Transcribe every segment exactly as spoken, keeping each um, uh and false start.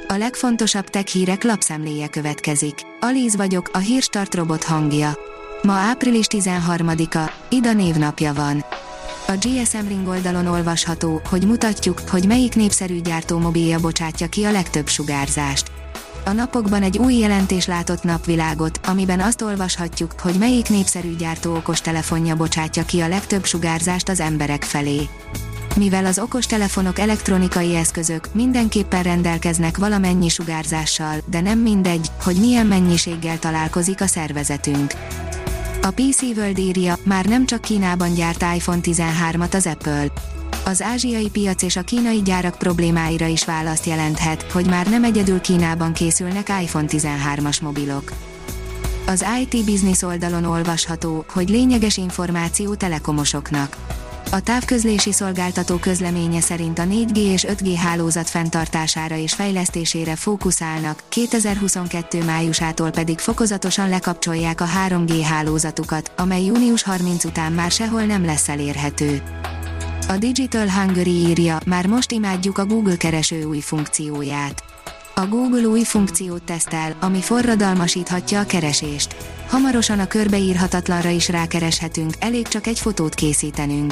A legfontosabb tech hírek lapszemléje következik. Alíz vagyok, a Hírstart robot hangja. Ma április tizenharmadika, Ida névnapja van. A gé es em Ring oldalon olvasható, hogy mutatjuk, hogy melyik népszerű gyártó mobilja bocsátja ki a legtöbb sugárzást. A napokban egy új jelentés látott napvilágot, amiben azt olvashatjuk, hogy melyik népszerű gyártó okostelefonja bocsátja ki a legtöbb sugárzást az emberek felé. Mivel az okostelefonok elektronikai eszközök, mindenképpen rendelkeznek valamennyi sugárzással, de nem mindegy, hogy milyen mennyiséggel találkozik a szervezetünk. A pé cé World írja, már nem csak Kínában gyárt iPhone tizenhármat az Apple. Az ázsiai piac és a kínai gyárak problémáira is választ jelenthet, hogy már nem egyedül Kínában készülnek iPhone tizenhármas mobilok. Az i té Business oldalon olvasható, hogy lényeges információ telekomosoknak. A távközlési szolgáltató közleménye szerint a négy G és öt G hálózat fenntartására és fejlesztésére fókuszálnak, kétezer-huszonkettő májusától pedig fokozatosan lekapcsolják a három G hálózatukat, amely június harmincadika után már sehol nem lesz elérhető. A Digital Hungary írja, már most imádjuk a Google kereső új funkcióját. A Google új funkciót tesztel, ami forradalmasíthatja a keresést. Hamarosan a körbeírhatatlanra is rákereshetünk, elég csak egy fotót készítenünk.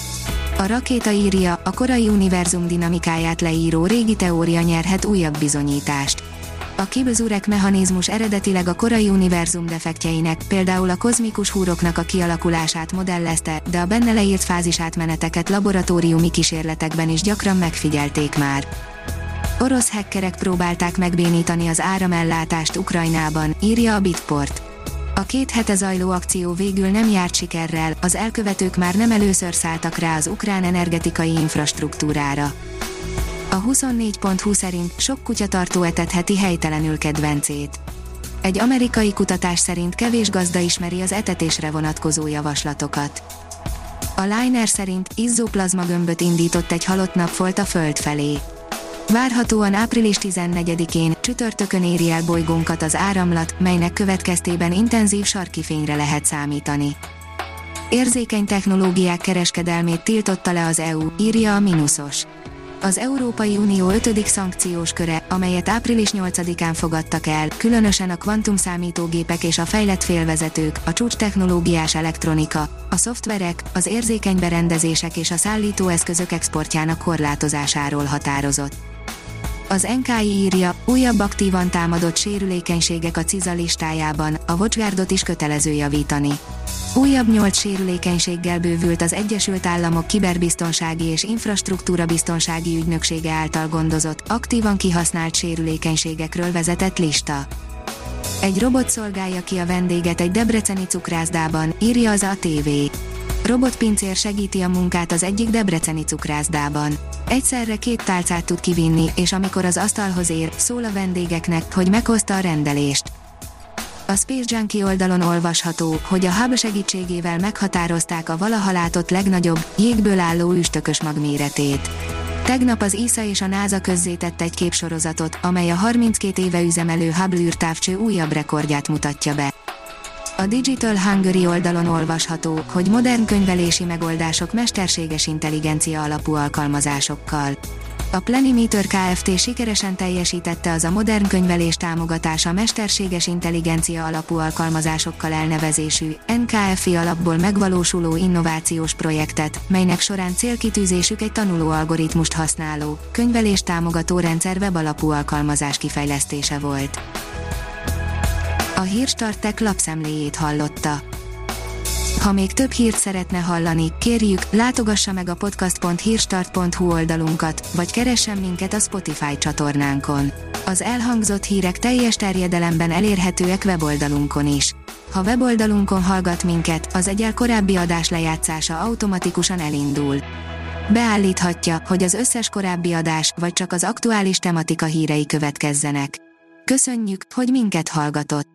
A Rakéta írja, a korai univerzum dinamikáját leíró régi teória nyerhet újabb bizonyítást. A Kibzurek mechanizmus eredetileg a korai univerzum defektjeinek, például a kozmikus húroknak a kialakulását modellezte, de a benne leírt fázisátmeneteket laboratóriumi kísérletekben is gyakran megfigyelték már. Orosz hackerek próbálták megbénítani az áramellátást Ukrajnában, írja a Bitport. A két hete zajló akció végül nem járt sikerrel, az elkövetők már nem először szálltak rá az ukrán energetikai infrastruktúrára. A huszonnégy pont hu szerint sok kutyatartó etetheti helytelenül kedvencét. Egy amerikai kutatás szerint kevés gazda ismeri az etetésre vonatkozó javaslatokat. A Liner szerint izzó plazmagömböt indított egy halott napfolt a Föld felé. Várhatóan április tizennegyedikén, csütörtökön éri el bolygónkat az áramlat, melynek következtében intenzív sarki fényre lehet számítani. Érzékeny technológiák kereskedelmét tiltotta le az é u, írja a Minusos. Az Európai Unió ötödik szankciós köre, amelyet április nyolcadikán fogadtak el, különösen a kvantumszámítógépek és a fejlett félvezetők, a csúcstechnológiás elektronika, a szoftverek, az érzékeny berendezések és a szállítóeszközök exportjának korlátozásáról határozott. Az en ká i írja, újabb aktívan támadott sérülékenységek a ciza listájában, a WatchGuardot is kötelező javítani. Újabb nyolc sérülékenységgel bővült az Egyesült Államok kiberbiztonsági és infrastruktúra biztonsági ügynöksége által gondozott, aktívan kihasznált sérülékenységekről vezetett lista. Egy robot szolgálja ki a vendéget egy debreceni cukrászdában, írja az á té vé. Robotpincér segíti a munkát az egyik debreceni cukrászdában. Egyszerre két tálcát tud kivinni, és amikor az asztalhoz ér, szól a vendégeknek, hogy meghozta a rendelést. A Space Junkie oldalon olvasható, hogy a Hubble segítségével meghatározták a valaha látott legnagyobb, jégből álló üstökös mag méretét. Tegnap az i es á és a NASA közzétett egy képsorozatot, amely a harminckét éve üzemelő Hubble űrtávcső újabb rekordját mutatja be. A Digital Hungary oldalon olvasható, hogy modern könyvelési megoldások mesterséges intelligencia alapú alkalmazásokkal. A Planimeter Kft. Sikeresen teljesítette az a modern könyvelés támogatása mesterséges intelligencia alapú alkalmazásokkal elnevezésű, en ká ef i alapból megvalósuló innovációs projektet, melynek során célkitűzésük egy tanuló algoritmust használó, könyvelés támogató rendszer webalapú alkalmazás kifejlesztése volt. A Hírstart Tech lapszemléjét hallotta. Ha még több hírt szeretne hallani, kérjük, látogassa meg a podcast pont hírstart pont hu oldalunkat, vagy keressen minket a Spotify csatornánkon. Az elhangzott hírek teljes terjedelemben elérhetőek weboldalunkon is. Ha weboldalunkon hallgat minket, az egyel korábbi adás lejátszása automatikusan elindul. Beállíthatja, hogy az összes korábbi adás, vagy csak az aktuális tematika hírei következzenek. Köszönjük, hogy minket hallgatott!